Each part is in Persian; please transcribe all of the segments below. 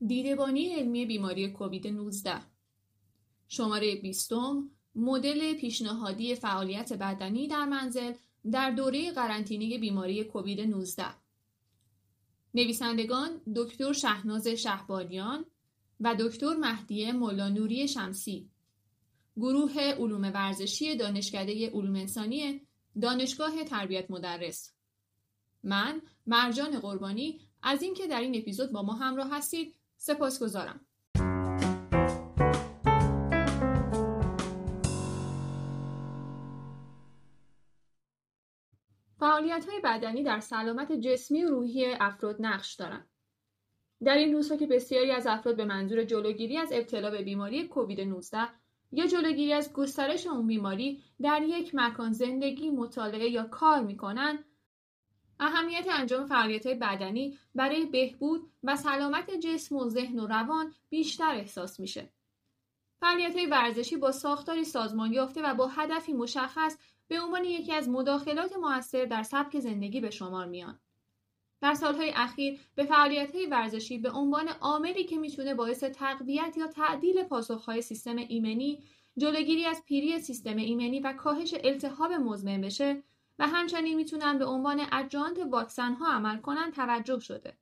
دیده‌بانی علمی بیماری کووید 19 شماره 20 مدل پیشنهادی فعالیت بدنی در منزل در دوره قرنطینه بیماری کووید 19 نویسندگان دکتر شهناز شهبانیان و دکتر مهدی مولانوری شمسی گروه علوم ورزشی دانشکده علوم انسانی دانشگاه تربیت مدرس من مرجان قربانی از اینکه در این اپیزود با ما همراه هستید سپاسگزارم. فعالیت‌های بدنی در سلامت جسمی و روحی افراد نقش دارند. در این روزها که بسیاری از افراد به منظور جلوگیری از ابتلا به بیماری کووید 19 یا جلوگیری از گسترش اون بیماری در یک مکان زندگی، مطالعه یا کار می‌کنند، اهمیت انجام فعالیت‌های بدنی برای بهبود و سلامت جسم و ذهن و روان بیشتر احساس میشه. فعالیت‌های ورزشی با ساختاری سازمان یافته و با هدفی مشخص به عنوان یکی از مداخلات مؤثر در سبک زندگی به شمار میان. در سالهای اخیر به فعالیت‌های ورزشی به عنوان عاملی که میتونه باعث تقویت یا تعدیل پاسخ‌های سیستم ایمنی، جلوگیری از پیری سیستم ایمنی و کاهش التهاب مزمن بشه و همچنین میتونن به عنوان ادجوانت واکسن‌ها عمل کنن توجه شده.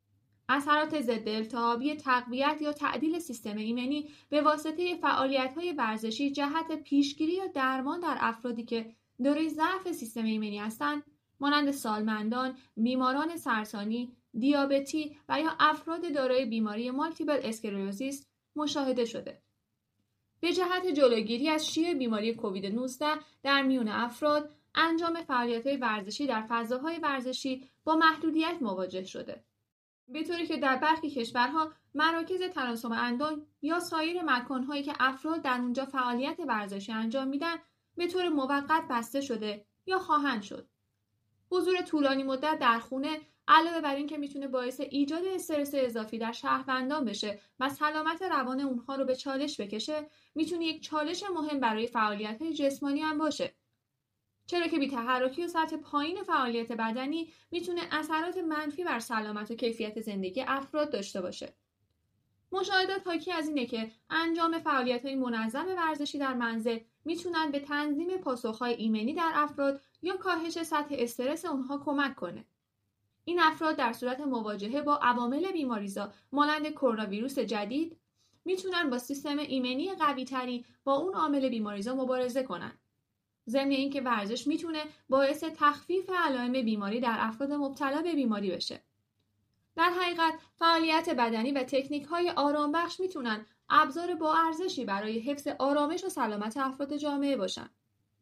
اثرات ضد التهابی تقویت یا تعدیل سیستم ایمنی به واسطه فعالیت‌های ورزشی جهت پیشگیری یا درمان در افرادی که دارای ضعف سیستم ایمنی هستند، مانند سالمندان، بیماران سرطانی، دیابتی و یا افراد دارای بیماری مالتیپل اسکلروزیس مشاهده شده. به جهت جلوگیری از شیوع بیماری کووید 19 در میان افراد، انجام فعالیت‌های ورزشی در فضاهای ورزشی با محدودیت مواجه شده. به طوری که در برخی کشورها مراکز تناسب اندام یا سایر مکان‌هایی که افراد در اونجا فعالیت ورزشی انجام میدن به طور موقت بسته شده یا خواهند شد. حضور طولانی مدت در خونه علاوه بر این که میتونه باعث ایجاد استرس اضافی در شهروندان بشه و سلامت روان اونها رو به چالش بکشه، میتونه یک چالش مهم برای فعالیت‌های جسمانی هم باشه. چرا که بی‌تحرکی و سطح پایین فعالیت بدنی میتونه اثرات منفی بر سلامت و کیفیت زندگی افراد داشته باشه. مشاهدات حاکی از اینه که انجام فعالیت‌های منظم ورزشی در منزل میتونن به تنظیم پاسخ‌های ایمنی در افراد یا کاهش سطح استرس اونها کمک کنه. این افراد در صورت مواجهه با عوامل بیماریزا مانند کرونا ویروس جدید میتونن با سیستم ایمنی قوی‌تری با اون عامل بیماریزا مبارزه کنن. ضمن اینکه ورزش میتونه باعث تخفیف علائم بیماری در افراد مبتلا به بیماری بشه. در حقیقت فعالیت بدنی و تکنیک‌های آرامبخش میتونن ابزار با ارزشی برای حفظ آرامش و سلامت افراد جامعه باشن.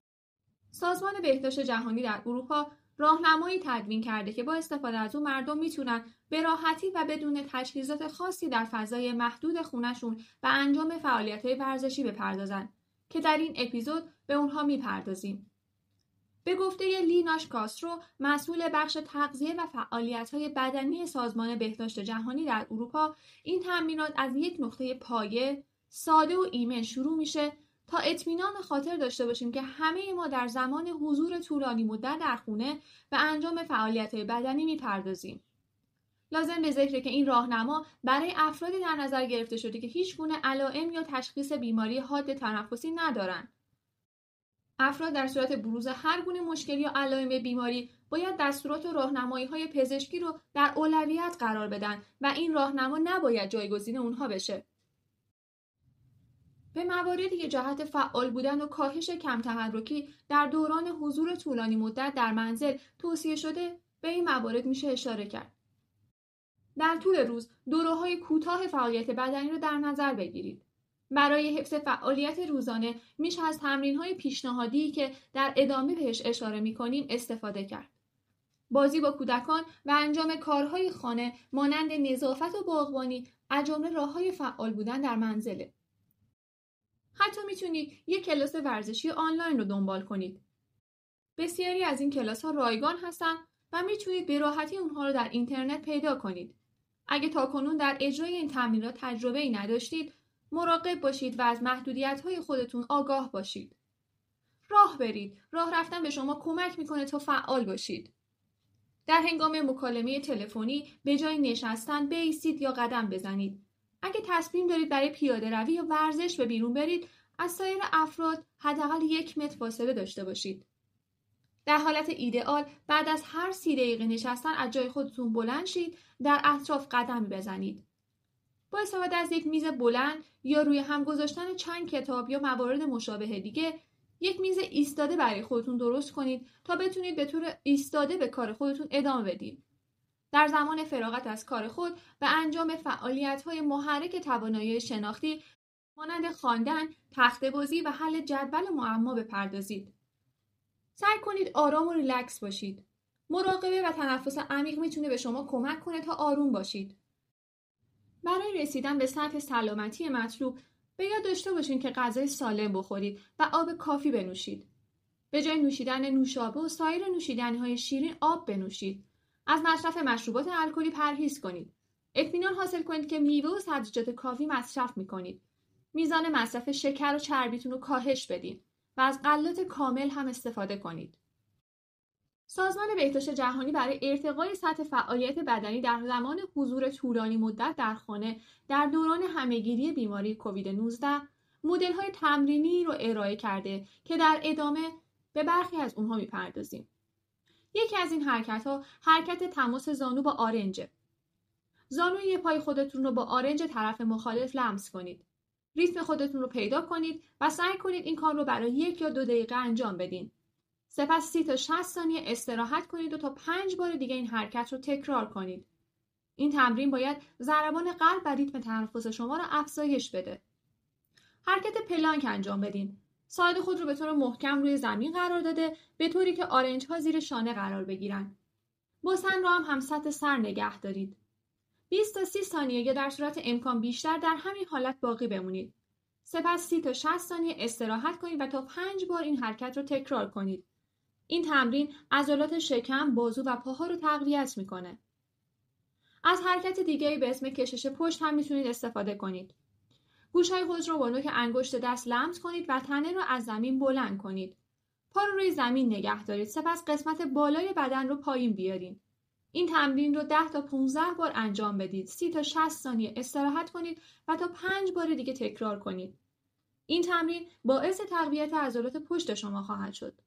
سازمان بهداشت جهانی در اروپا راهنمایی تدوین کرده که با استفاده از اون مردم میتونن به راحتی و بدون تجهیزات خاصی در فضای محدود خونه‌شون به انجام فعالیت‌های ورزشی بپردازن که در این اپیزود به اونها میپردازیم. به گفته لیناش کاسترو، مسئول بخش تغذیه و فعالیت‌های بدنی سازمان بهداشت جهانی در اروپا، این تمرینات از یک نقطه پایه، ساده و ایمن شروع میشه تا اطمینان خاطر داشته باشیم که همه ما در زمان حضور طولانی مدت در خونه به انجام فعالیت‌های بدنی میپردازیم. لازم به ذکره که این راهنما برای افرادی در نظر گرفته شده که هیچ گونه علائم یا تشخیص بیماری حاد تنفسی ندارند. افراد در صورت بروز هر گونه مشکلی یا علائم بیماری باید دستورات و راهنمایی‌های پزشکی رو در اولویت قرار بدن و این راهنما نباید جایگزین اونها بشه. به مواردی که جهت فعال بودن و کاهش کم تحرکی در دوران حضور طولانی مدت در منزل توصیه شده، به این موارد میشه اشاره کرد. در طول روز دوره‌های کوتاه فعالیت بدنی رو در نظر بگیرید. برای حفظ فعالیت روزانه میشه از تمرین‌های پیشنهادی که در ادامه بهش اشاره می‌کنیم استفاده کرد. بازی با کودکان و انجام کارهای خانه مانند نظافت و باغبانی از جمله راه‌های فعال بودن در منزله. حتی میتونید یک کلاس ورزشی آنلاین رو دنبال کنید. بسیاری از این کلاس‌ها رایگان هستن و میتونید به راحتی اونها رو در اینترنت پیدا کنید. اگه تاکنون در اجرای این تمرینات تجربه‌ای نداشتید، مراقب باشید و از محدودیت‌های خودتون آگاه باشید. راه برید. راه رفتن به شما کمک میکنه تا فعال باشید. در هنگام مکالمه تلفنی به جای نشستن بایستید یا قدم بزنید. اگه تصمیم دارید برای پیاده روی یا ورزش به بیرون برید، از سایر افراد حداقل 1 متر فاصله داشته باشید. در حالت ایدئال بعد از هر 30 دقیقه نشستن از جای خودتون بلند شید، در اطراف قدمی بزنید. با استفاده از یک میز بلند یا روی هم گذاشتن چند کتاب یا موارد مشابه دیگه، یک میز ایستاده برای خودتون درست کنید تا بتونید به طور ایستاده به کار خودتون ادامه بدید. در زمان فراغت از کار خود به انجام فعالیت‌های محرک توانایی شناختی مانند خواندن، تخته‌بازی و حل جدول معما بپردازید. سعی کنید آرام و ریلکس باشید. مراقبه و تنفس عمیق میتونه به شما کمک کنه تا آروم باشید. برای رسیدن به سطح سلامتی مطلوب، به یاد داشته باشید که غذای سالم بخورید و آب کافی بنوشید. به جای نوشیدن نوشابه و سایر نوشیدنی‌های شیرین آب بنوشید. از مصرف مشروبات الکلی پرهیز کنید. اطمینان حاصل کنید که میوه و سبزیجات کافی مصرف می‌کنید. میزان مصرف شکر و چربیتون رو کاهش بدین و از غلات کامل هم استفاده کنید. سازمان بهداشت جهانی برای ارتقای سطح فعالیت بدنی در زمان حضور طولانی مدت در خانه در دوران همه‌گیری بیماری کووید 19 مدل‌های تمرینی رو ارائه کرده که در ادامه به برخی از اونها می‌پردازیم. یکی از این حرکت‌ها حرکت تماس زانو با آرنج. زانوی یک پای خودتون رو با آرنج طرف مخالف لمس کنید. ریتم خودتون رو پیدا کنید و سعی کنید این کار رو برای 1 یا 2 دقیقه انجام بدین. سپس 30 تا 60 ثانیه استراحت کنید و تا 5 بار دیگه این حرکت رو تکرار کنید. این تمرین باید ضربان قلب و ریتم تنفس شما رو افزایش بده. حرکت پلانک انجام بدین. ساعد خود رو به طور محکم روی زمین قرار داده به طوری که آرنج‌ها زیر شانه قرار بگیرن. باسن رو هم سطح سر نگه دارید. 20 تا 30 ثانیه یا در صورت امکان بیشتر در همین حالت باقی بمونید. سپس 30 تا 60 ثانیه استراحت کنید و تا 5 بار این حرکت رو تکرار کنید. این تمرین عضلات شکم، بازو و پاها رو تقویت میکنه. از حرکت دیگه‌ای به اسم کشش پشت هم میتونید استفاده کنید. گوشهای خود رو با نوک انگشت دست لمس کنید و تنه رو از زمین بلند کنید. پا رو روی زمین نگه دارید. سپس قسمت بالای بدن رو پایین بیارین. این تمرین رو 10 تا 15 بار انجام بدید. 30 تا 60 ثانیه استراحت کنید و تا 5 بار دیگه تکرار کنید. این تمرین باعث تقویت عضلات پشت شما خواهد شد.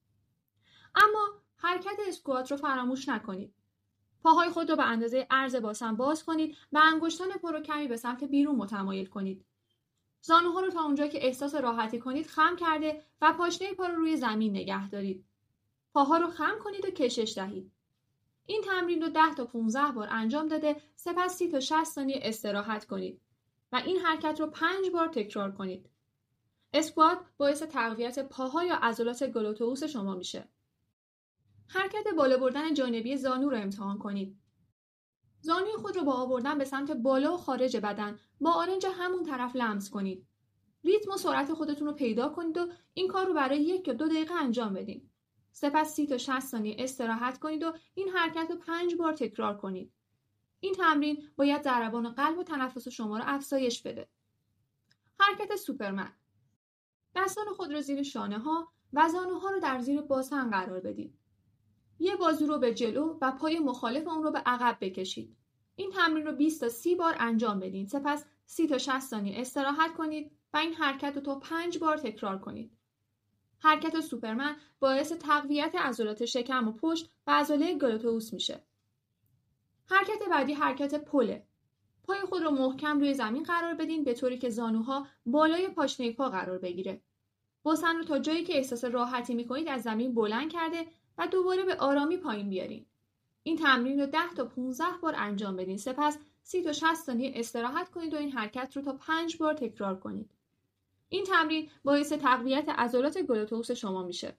اما حرکت اسکوات رو فراموش نکنید. پاهای خود رو به اندازه عرض باسن باز کنید و انگشتان پا رو کمی به سمت بیرون متمایل کنید. زانوها رو تا اونجا که احساس راحتی کنید خم کرده و پاشنه پا رو روی زمین نگه دارید. پاها رو خم کنید و کشش دهید. این تمرین رو 10 تا 15 بار انجام داده، سپس 30 تا 60 ثانیه استراحت کنید و این حرکت رو 5 بار تکرار کنید. اسکوات باعث تقویت پاها یا عضلات گلوتئوس شما میشه. حرکت بالا بردن جانبی زانو رو امتحان کنید. زانوی خود رو با آوردن به سمت بالا و خارج بدن با آرنج همون طرف لمس کنید. ریتم و سرعت خودتون رو پیدا کنید و این کار رو برای 1 یا 2 دقیقه انجام بدین. سپس 30 تا 60 ثانیه استراحت کنید و این حرکت رو 5 بار تکرار کنید. این تمرین باید ضربان قلب و تنفس شما رو افزایش بده. حرکت سوپرمن. دستان خود رو زیر شانه ها و زانوها رو در زیر باسن قرار بدید. یه بازو رو به جلو و پای مخالف اون رو به عقب بکشید. این تمرین رو 20 تا 30 بار انجام بدید. سپس 30 تا 60 ثانیه استراحت کنید و این حرکت رو تا 5 بار تکرار کنید. حرکت سوپرمن باعث تقویت عضلات شکم و پشت و عضله گلوتئوس میشه. حرکت بعدی حرکت پله. پای خود رو محکم روی زمین قرار بدین به طوری که زانوها بالای پاشنه پا قرار بگیره. باسن رو تا جایی که احساس راحتی میکنید از زمین بلند کرده و دوباره به آرامی پایین بیارین. این تمرین رو 10 تا 15 بار انجام بدین. سپس 30 تا 60 ثانیه استراحت کنید و این حرکت رو تا 5 بار تکرار کنید. این تمرین باعث تقویت عضلات گلوتئوس شما میشه.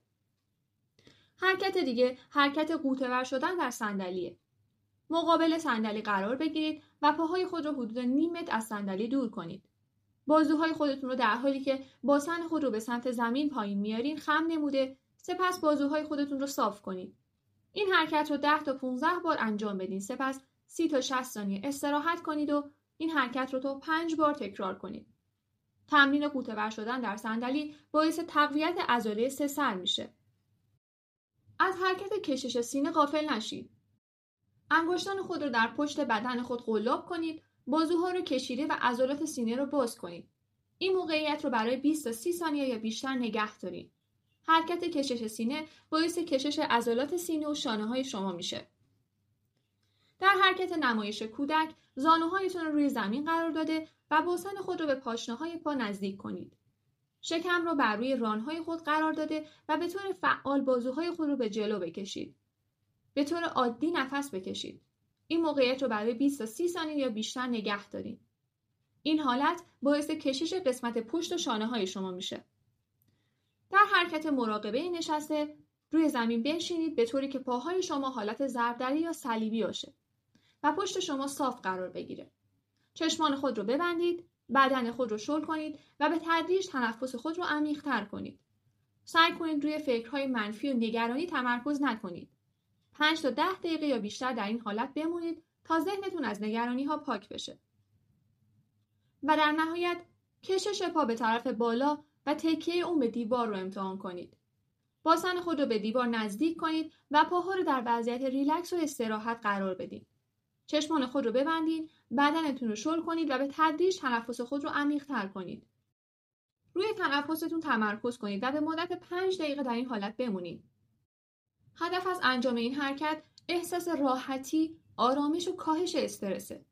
حرکت دیگه حرکت غوطه‌ور شدن در صندلیه. مقابل صندلی قرار بگیرید و پاهای خود رو حدود نیم متر از صندلی دور کنید. بازوهای خودتون رو در حالی که باسن خود رو به سمت زمین پایین میارین خم نموده، سپس بازوهای خودتون رو صاف کنید. این حرکت رو 10 تا 15 بار انجام بدین. سپس 30 تا 60 ثانیه استراحت کنید و این حرکت رو تا 5 بار تکرار کنید. تمرین غوطه‌ور شدن در صندلی باعث تقویت عضله سه سر میشه. از حرکت کشش سینه غافل نشید. انگشتان خود رو در پشت بدن خود قلاب کنید بازوها رو کشیده و عضلات سینه رو باز کنید. این موقعیت رو برای 20 تا 30 ثانیه یا بیشتر نگه دارید. حرکت کشش سینه باعث کشش عضلات سینه و شانه‌های شما میشه. در حرکت نمایش کودک، زانوهایتون رو روی زمین قرار داده و باسن خود رو به پاشنه‌های پا نزدیک کنید. شکم رو بر روی رانهای خود قرار داده و به طور فعال بازوهای خود رو به جلو بکشید. به طور عادی نفس بکشید. این موقعیت رو برای 20 تا 30 ثانیه یا بیشتر نگه دارید. این حالت باعث کشش قسمت پشت و شانه‌های شما میشه. در حرکت مراقبه نشسته، روی زمین بنشینید به طوری که پاهای شما حالت ضربدری یا صلیبی باشه و پشت شما صاف قرار بگیره. چشمان خود رو ببندید، بدن خود رو شل کنید و به تدریج تنفس خود رو عمیق‌تر کنید. سعی کنید روی فکرهای منفی و نگرانی تمرکز نکنید. 5 تا 10 دقیقه یا بیشتر در این حالت بمونید تا ذهنتون از نگرانی‌ها پاک بشه. و در نهایت کشش پا به طرف بالا و تکیه اون به دیوار رو امتحان کنید. باسن خود رو به دیوار نزدیک کنید و پاها رو در وضعیت ریلکس و استراحت قرار بدید. چشمان خود رو ببندید، بدنتون رو شل کنید و به تدریج تنفس خود رو عمیق‌تر کنید. روی تنفستون تمرکز کنید و به مدت 5 دقیقه در این حالت بمونید. هدف از انجام این حرکت احساس راحتی، آرامش و کاهش استرسه.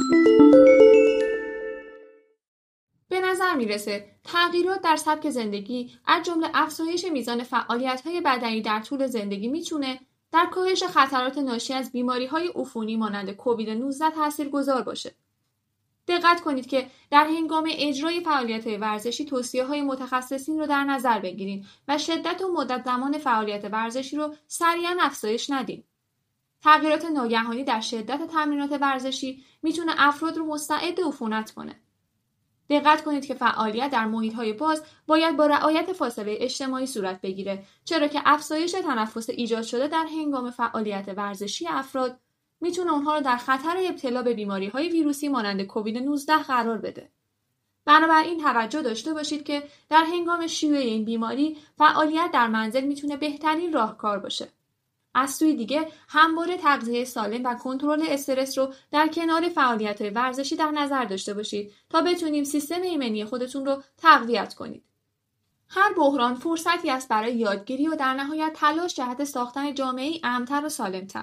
به نظر میرسه تغییرات در سبک زندگی از جمله افزایش میزان فعالیت‌های بدنی در طول زندگی میتونه در کاهش خطرات ناشی از بیماری‌های عفونی مانند کووید 19 تاثیرگذار باشه. دقت کنید که در هنگام اجرای فعالیت‌های ورزشی توصیه‌های متخصصین رو در نظر بگیرید و شدت و مدت زمان فعالیت ورزشی رو سریعاً افزایش ندید. تغییرات ناگهانی در شدت تمرینات ورزشی میتونه افراد رو مستعد عفونت کنه. دقت کنید که فعالیت در محیط‌های باز باید با رعایت فاصله اجتماعی صورت بگیره، چرا که افزایش تنفس ایجاد شده در هنگام فعالیت ورزشی افراد میتونه اونها رو در خطر ابتلا به بیماری‌های ویروسی مانند کووید 19 قرار بده. بنابراین توجه داشته باشید که در هنگام شیوع این بیماری فعالیت در منزل میتونه بهترین راهکار باشه. از سوی دیگه همواره تغذیه سالم و کنترل استرس رو در کنار فعالیت‌های ورزشی در نظر داشته باشید تا بتونیم سیستم ایمنی خودتون رو تقویت کنید. هر بحران فرصتی است برای یادگیری و در نهایت تلاش جهت ساختن جامعه‌ای امن‌تر و سالم‌تر.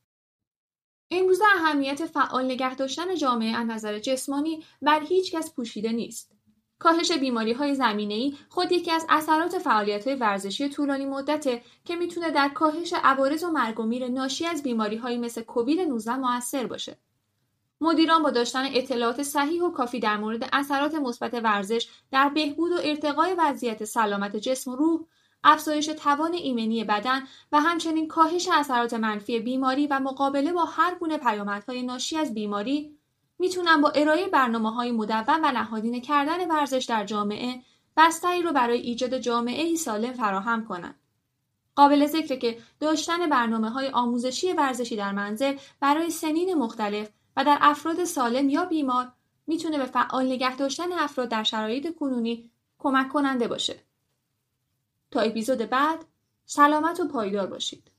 امروزه اهمیت فعال نگه داشتن جامعه از نظر جسمانی بر هیچ کس پوشیده نیست. کاهش بیماری‌های زمینه‌ای خود یکی از اثرات فعالیت‌های ورزشی طولانی مدته که میتونه در کاهش عوارض و مرگ و میر ناشی از بیماری‌هایی مثل کووید 19 مؤثر باشه. مدیران با داشتن اطلاعات صحیح و کافی در مورد اثرات مثبت ورزش در بهبود و ارتقای وضعیت سلامت جسم و روح، افزایش توان ایمنی بدن و همچنین کاهش اثرات منفی بیماری و مقابله با هر گونه پیامدهای ناشی از بیماری میتونن با ارائه برنامه‌های مدون و نهادینه کردن ورزش در جامعه بستری رو برای ایجاد جامعه‌ای سالم فراهم کنن. قابل ذکره که داشتن برنامه‌های آموزشی ورزشی در منزل برای سنین مختلف و در افراد سالم یا بیمار میتونه به فعال نگه داشتن افراد در شرایط کنونی کمک کننده باشه. تا اپیزود بعد، سلامت و پایدار باشید.